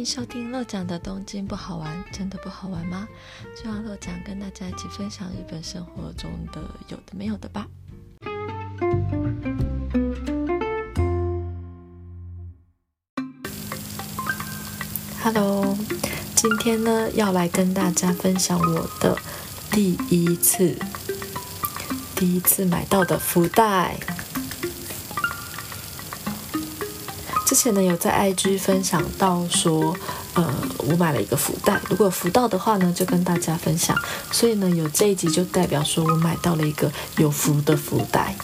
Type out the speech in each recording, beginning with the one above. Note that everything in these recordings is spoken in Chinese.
迎收听漏讲的东京不好玩，真的不好玩吗？就让漏讲跟大家一起分享日本生活中的有的没有的吧。Hello， 今天呢要来跟大家分享我的第一次买到的福袋。之前呢有在 IG 分享到说我买了一个福袋，如果有福到的话呢就跟大家分享，所以呢有这一集就代表说我买到了一个有福的福袋。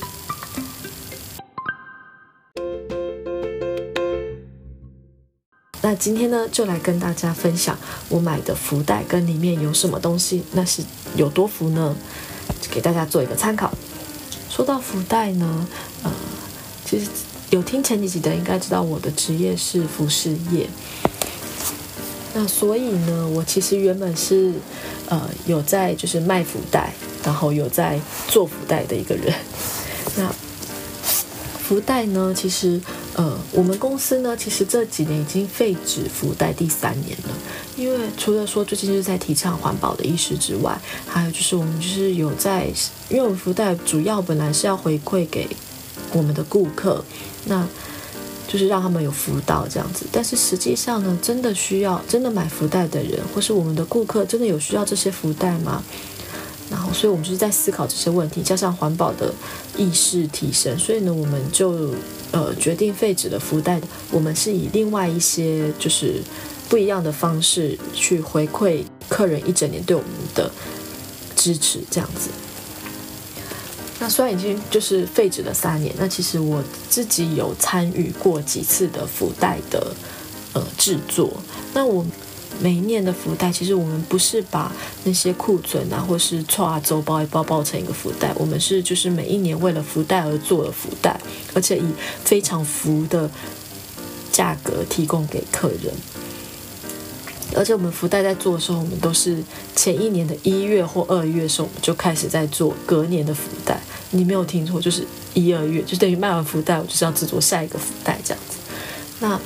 那今天呢就来跟大家分享我买的福袋跟里面有什么东西，那是有多福呢，就给大家做一个参考。说到福袋呢其实有听前几集的应该知道我的职业是服饰业，那所以呢我其实原本是有在就是卖福袋，然后有在做福袋的一个人。那福袋呢其实我们公司呢其实这几年已经废止福袋第3年了，因为除了说最近就是在提倡环保的意识之外，还有就是我们就是有在，因为我们福袋主要本来是要回馈给我们的顾客，那就是让他们有福到这样子，但是实际上呢真的买福袋的人或是我们的顾客真的有需要这些福袋吗？然后所以我们就是在思考这些问题，加上环保的意识提升，所以呢我们就决定废止了福袋，我们是以另外一些就是不一样的方式去回馈客人一整年对我们的支持这样子。那虽然已经就是废止了3年，那其实我自己有参与过几次的福袋的制作。那我每一年的福袋，其实我们不是把那些库存啊或是周包一包包成一个福袋，我们是就是每一年为了福袋而做的福袋，而且以非常福的价格提供给客人。而且我们福袋在做的时候，我们都是前一年的1月或2月的时候，我们就开始在做隔年的福袋。你没有听错，就是1、2月，就等于卖完福袋，我就是要制作下一个福袋这样子。那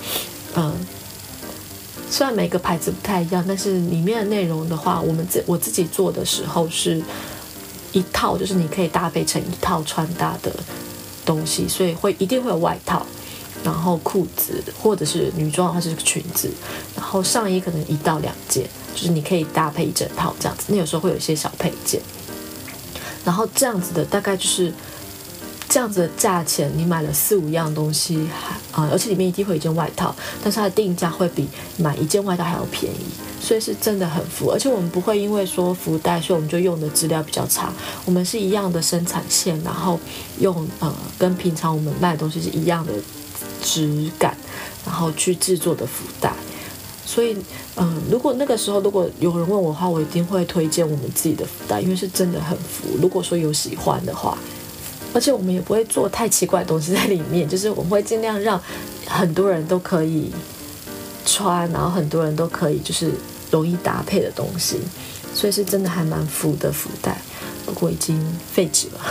虽然每个牌子不太一样，但是里面的内容的话，我自己做的时候是一套，就是你可以搭配成一套穿搭的东西，所以一定会有外套，然后裤子或者是女装的话是裙子，然后上衣可能1到2件，就是你可以搭配一整套这样子。那有时候会有一些小配件，然后这样子的大概就是这样子的价钱，你买了4、5样东西而且里面一定会有一件外套，但是它的定价会比买一件外套还要便宜，所以是真的很福。而且我们不会因为说福袋，所以我们就用的质量比较差，我们是一样的生产线，然后用跟平常我们卖的东西是一样的质感，然后去制作的福袋。所以如果那个时候如果有人问我的话，我一定会推荐我们自己的福袋，因为是真的很福。如果说有喜欢的话，而且我们也不会做太奇怪的东西在里面，就是我们会尽量让很多人都可以穿，然后很多人都可以就是容易搭配的东西，所以是真的还蛮福的福袋，不过已经废止了。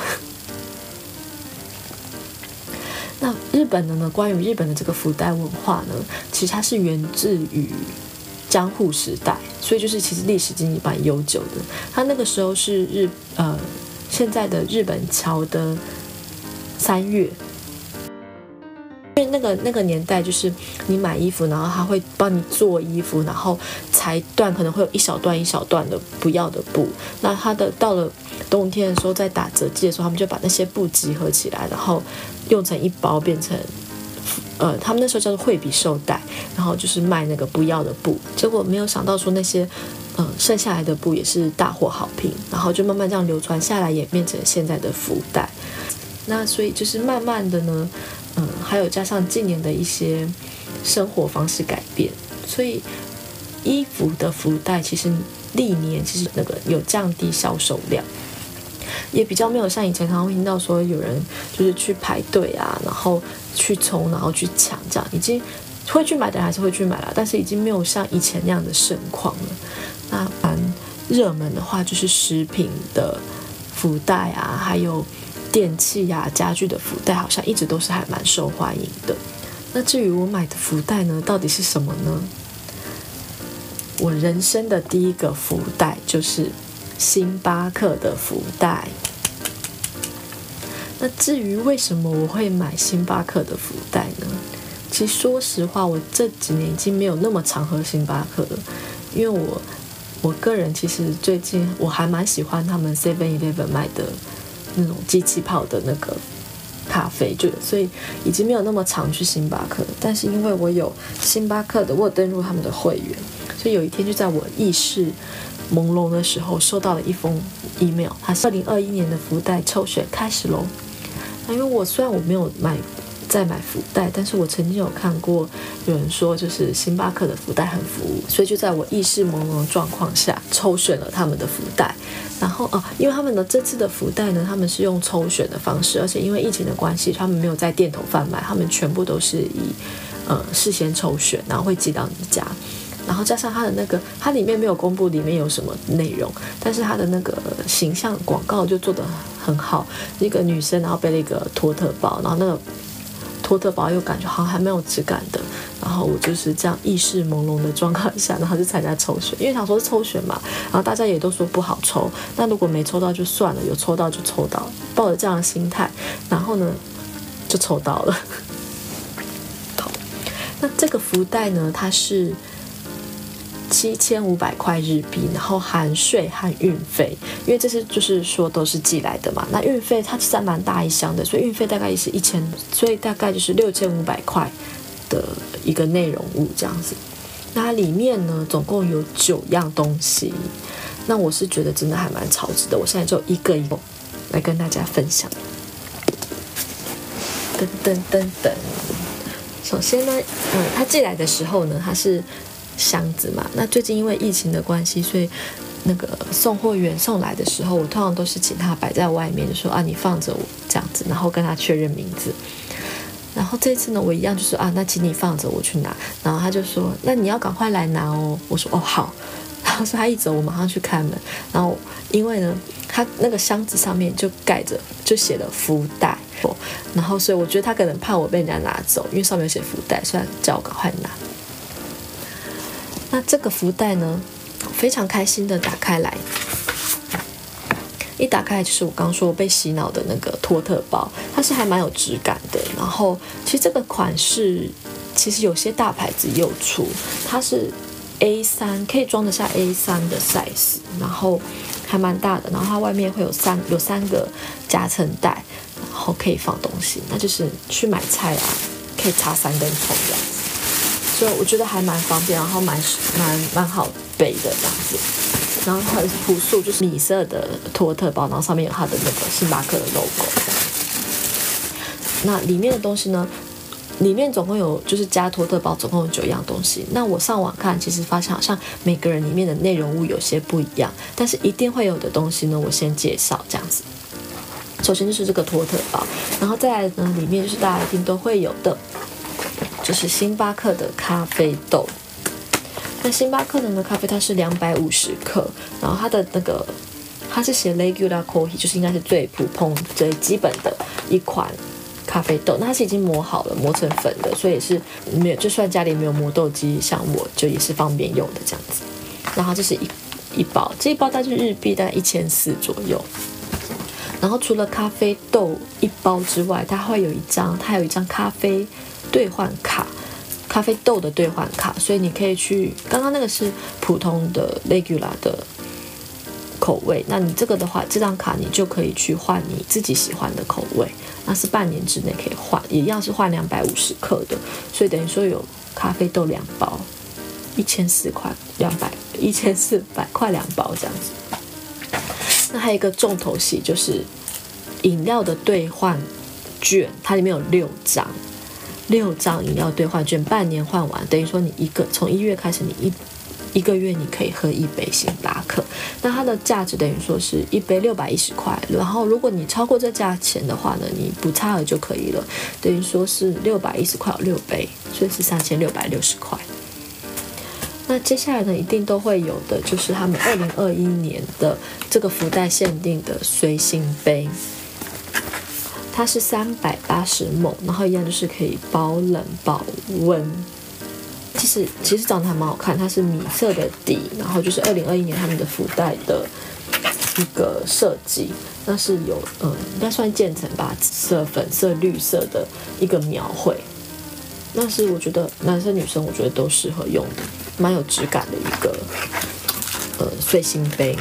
那日本的呢，关于日本的这个福袋文化呢，其实它是源自于江户时代，所以就是其实历史经历蛮悠久的。它那个时候是现在的日本桥的3月，因为那个年代就是你买衣服，然后他会帮你做衣服，然后裁断可能会有一小段一小段的不要的布，那它的到了冬天的时候在打折季的时候，他们就把那些布集合起来，然后用成一包变成他们那时候叫做惠比寿带，然后就是卖那个不要的布，结果没有想到说那些剩下来的布也是大获好评，然后就慢慢这样流传下来，演变成现在的福袋。那所以就是慢慢的呢还有加上近年的一些生活方式改变，所以衣服的福袋其实历年其实有降低销售量，也比较没有像以前常常会听到说有人就是去排队啊，然后去冲，然后去抢，这样已经会去买的人还是会去买啦，但是已经没有像以前那样的盛况了。那蛮热门的话就是食品的福袋啊，还有电器啊家具的福袋，好像一直都是还蛮受欢迎的。那至于我买的福袋呢，到底是什么呢？ 我人生的第一个福袋就是星巴克的福袋。那至于为什么我会买星巴克的福袋呢？其实说实话，我这几年已经没有那么常喝星巴克了，因为我个人其实最近我还蛮喜欢他们 7-Eleven 卖的那种机器泡的那个咖啡，所以已经没有那么常去星巴克。但是因为我有星巴克的，我有登入他们的会员，所以有一天就在我意识朦胧的时候，收到了一封 email， 它是2021年的福袋抽选开始咯。那因为我虽然我没有再买福袋，但是我曾经有看过有人说就是星巴克的福袋很服务，所以就在我意识朦胧的状况下抽选了他们的福袋。然后因为他们的这次的福袋呢，他们是用抽选的方式，而且因为疫情的关系，他们没有在店头贩卖，他们全部都是以事先抽选，然后会寄到你家。然后加上它的那个，它里面没有公布里面有什么内容，但是它的那个形象广告就做得很好，一个女生然后背了一个托特包，然后那个托特包又感觉好像还蛮有质感的，然后我就是这样意识朦胧的状况下，然后就参加抽选，因为想说是抽选嘛，然后大家也都说不好抽，那如果没抽到就算了，有抽到就抽到，抱着这样的心态，然后呢就抽到了。好，那这个福袋呢，它是7500块日币，然后含税含运费，因为这是就是说都是寄来的嘛，那运费它其实还蛮大一箱的，所以运费大概也是1000，所以大概就是6500块的一个内容物这样子。那它里面呢总共有9样东西，那我是觉得真的还蛮超值的，我现在就一个一个来跟大家分享。噔噔噔噔，首先呢，它寄来的时候呢，它是箱子嘛，那最近因为疫情的关系，所以那个送货员送来的时候，我通常都是请他摆在外面，就说你放着我这样子，然后跟他确认名字。然后这次呢，我一样就说那请你放着我去拿，然后他就说那你要赶快来拿哦。我说好，然后说他一走，我马上去开门。然后因为呢，他那个箱子上面就盖着就写了福袋，然后所以我觉得他可能怕我被人家拿走，因为上面有写福袋，所以他叫我赶快拿。那这个福袋呢，非常开心的打开来，一打开来就是我刚说我被洗脑的那个托特包，它是还蛮有质感的。然后其实这个款式其实有些大牌子也有出，它是 A3 可以装得下 A3 的 size， 然后还蛮大的，然后它外面会有三个夹层袋，然后可以放东西，那就是去买菜可以插3根葱这样子。所以我觉得还蛮方便，然后蛮好背的这样子。然后它是朴素，就是米色的托特包，然后上面有它的那个星巴克的 logo。那里面的东西呢，里面总共有就是加托特包，总共有9样东西。那我上网看，其实发现好像每个人里面的内容物有些不一样，但是一定会有的东西呢，我先介绍这样子。首先就是这个托特包，然后再来呢，里面就是大家一定都会有的。就是星巴克的咖啡豆，那星巴克的呢咖啡它是250克，然后它的那个它是写 regular coffee， 就是应该是最普通最基本的一款咖啡豆，那它是已经磨好了，磨成粉的，所以也是没有，就算家里没有磨豆机，像我就也是方便用的这样子。然后这是一包，这一包大概是日币大概1400左右。然后除了咖啡豆一包之外，它还有一张咖啡兑换卡，咖啡豆的兑换卡，所以你可以去，刚刚那个是普通的 regular 的口味，那你这个的话，这张卡你就可以去换你自己喜欢的口味，那是半年之内可以换，也一样是换250克的，所以等于说有咖啡豆2包，1400块，1400块2包这样子。那还有一个重头戏就是饮料的兑换券，它里面有6张饮料兑换券，半年换完，等于说你从1月开始，你一个月你可以喝1杯星巴克，那它的价值等于说是1杯610块，然后如果你超过这价钱的话呢，你补差额就可以了，等于说是610块有6杯，所以是3660块。那接下来呢，一定都会有的就是他们2021年的这个福袋限定的随行杯，它是380ml，然后一样就是可以保冷保温。 其实长得还蛮好看，它是米色的底，然后就是2021年他们的福袋的一个设计，那是有应该算渐层吧，紫色、粉色、绿色的一个描绘。那是我觉得男生女生我觉得都适合用的，蛮有质感的一个随行杯。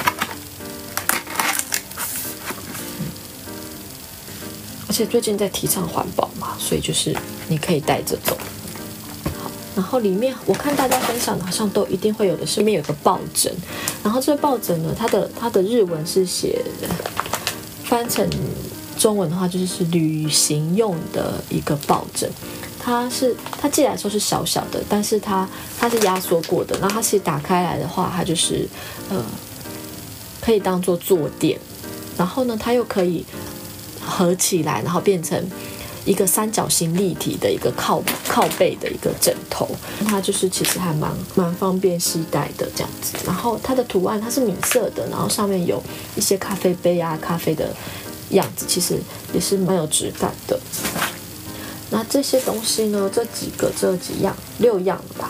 而且最近在提倡环保嘛，所以就是你可以带着走。好，然后里面我看大家分享的好像都一定会有的，里面有个抱枕，然后这个抱枕呢，它的日文是写翻成中文的话就是旅行用的一个抱枕。它寄来的时候是小小的，但是它是压缩过的，然后它其实打开来的话，它就是可以当做坐垫，然后呢它又可以合起来，然后变成一个三角形立体的一个靠背的一个枕头，它就是其实还蛮方便携带的这样子。然后它的图案它是米色的，然后上面有一些咖啡杯啊、咖啡的样子，其实也是蛮有质感的。那这些东西呢，这几样6样吧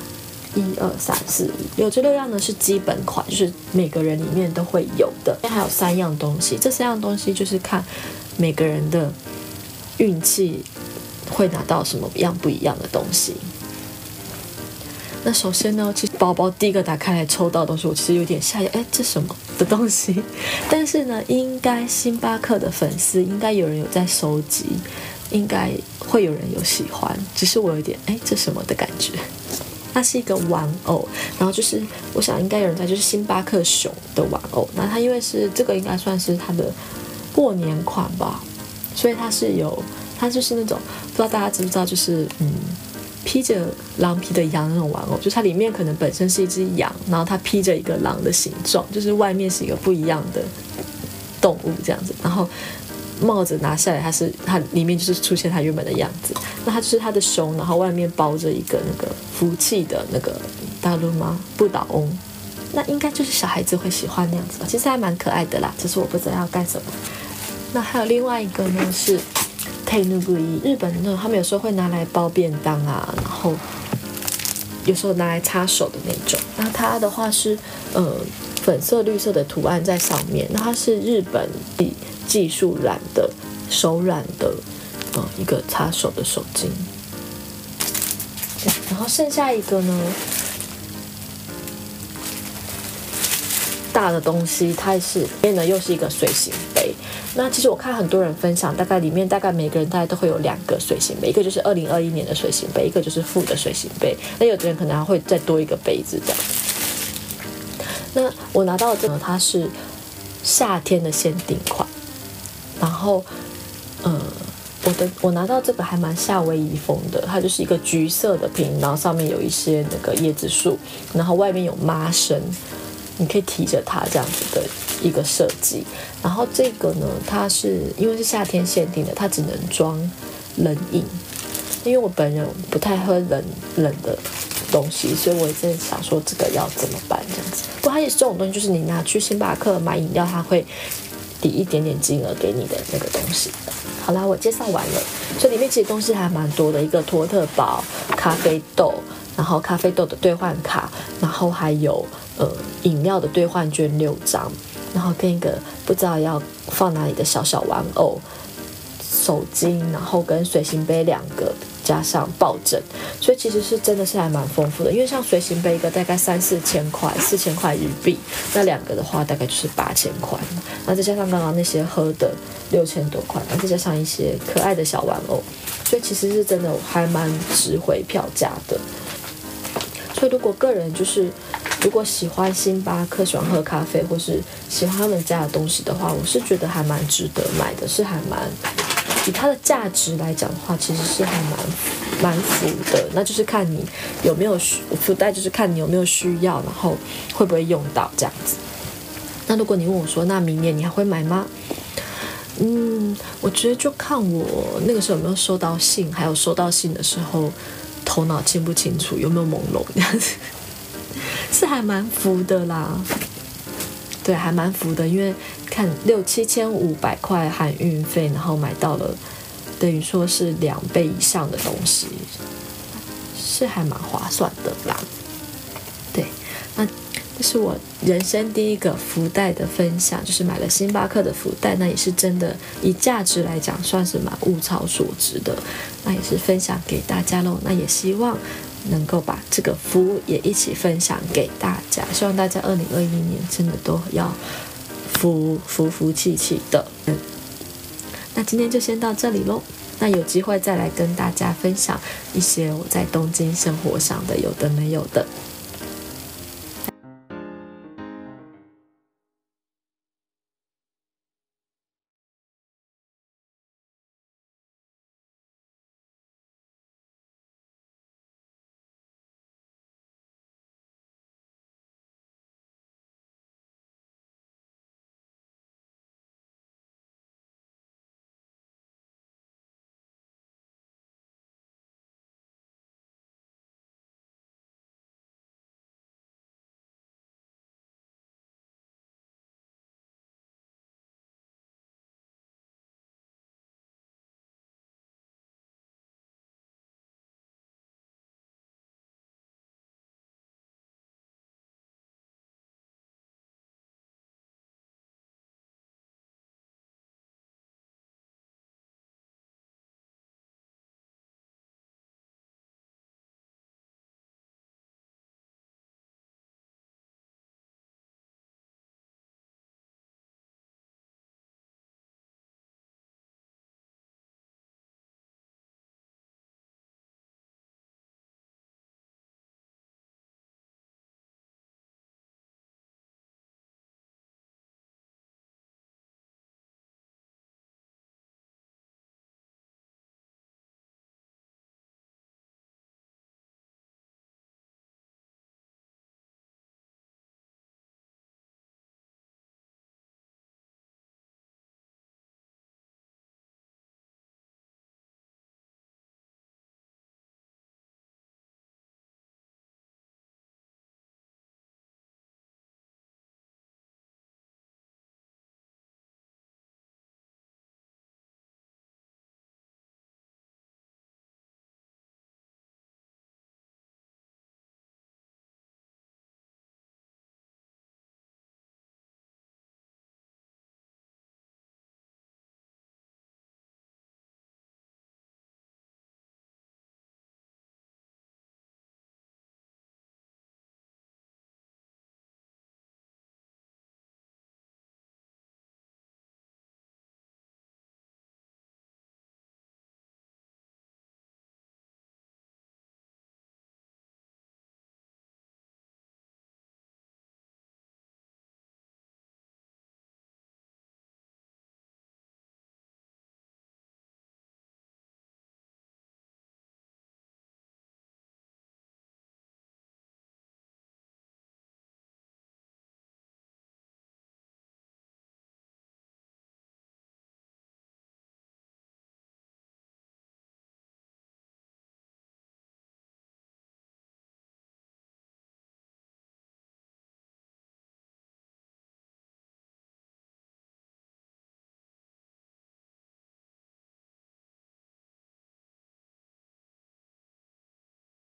，1、2、3、4、5、6，这6样呢是基本款，就是每个人里面都会有的。还有3样东西，这3样东西就是看每个人的运气会拿到什么样不一样的东西。那首先呢，其实包包第一个打开来抽到的东西，我其实有点吓一跳，这什么的东西？但是呢，应该星巴克的粉丝应该有人有在收集，应该会有人有喜欢，只是我有点这什么的感觉。它是一个玩偶，然后就是我想应该有人在，就是星巴克熊的玩偶。那它因为是这个应该算是它的过年款吧，所以它就是那种不知道大家知不知道，就是披着狼皮的羊那种玩偶，就是它里面可能本身是一只羊，然后它披着一个狼的形状，就是外面是一个不一样的动物这样子，然后帽子拿下来，它里面就是出现它原本的样子。那它就是它的熊，然后外面包着一个那个福气的那个大陆吗？不倒翁，那应该就是小孩子会喜欢那样子吧。其实还蛮可爱的啦，只是我不知道要干什么。那还有另外一个呢是 Tenugui， 日本呢他们有时候会拿来包便当啊，然后有时候拿来擦手的那种。那它的话是粉色绿色的图案在上面，那它是日本技术染的手染的一个擦手的手巾。然后剩下一个呢大的东西，它是里面呢又是一个随行杯。那其实我看很多人分享，里面每个人大概都会有2个随行杯，一个就是2021年的随行杯，一个就是副的随行杯。那有的人可能还会再多一个杯子这样。那我拿到的这个它是夏天的限定款，然后我拿到这个还蛮夏威夷风的，它就是一个橘色的瓶，然后上面有一些那个椰子树，然后外面有麻绳，你可以提着它这样子的一个设计。然后这个呢，它是因为是夏天限定的，它只能装冷饮，因为我本人不太喝冷的东西，所以我也在想说这个要怎么办这样子。不过它也是这种东西，就是你拿去星巴克买饮料，它会抵一点点金额给你的那个东西。好啦，我介绍完了，所以里面其实东西还蛮多的，一个托特包、咖啡豆，然后咖啡豆的兑换卡，然后还有饮料的兑换券6张，然后跟一个不知道要放哪里的小小玩偶、手巾，然后跟随行杯2个，加上抱枕，所以其实是真的是还蛮丰富的。因为像随行杯一个大概3-4千块，4000块日币，那2个的话大概就是8000块，那再加上刚刚那些喝的6000多块，那再加上一些可爱的小玩偶，所以其实是真的还蛮值回票价的。所以如果个人如果喜欢星巴克，喜欢喝咖啡，或是喜欢他们家的东西的话，我是觉得还蛮值得买的，是还蛮以它的价值来讲的话，其实是还蛮符的。那就是看你有没有福袋，就是看你有没有需要，然后会不会用到这样子。那如果你问我说，那明年你还会买吗？我觉得就看我那个时候有没有收到信，还有收到信的时候头脑清不清楚，有没有朦胧这样子，是还蛮符的啦。对，还蛮符的，因为看6-7500块含运费，然后买到了等于说是2倍以上的东西， 是还蛮划算的啦。对，那这是我人生第一个福袋的分享，就是买了星巴克的福袋，那也是真的以价值来讲算是蛮物超所值的，那也是分享给大家咯。那也希望能够把这个福也一起分享给大家，希望大家2021年真的都要福气气的。那今天就先到这里咯，那有机会再来跟大家分享一些我在东京生活上的有的没有的。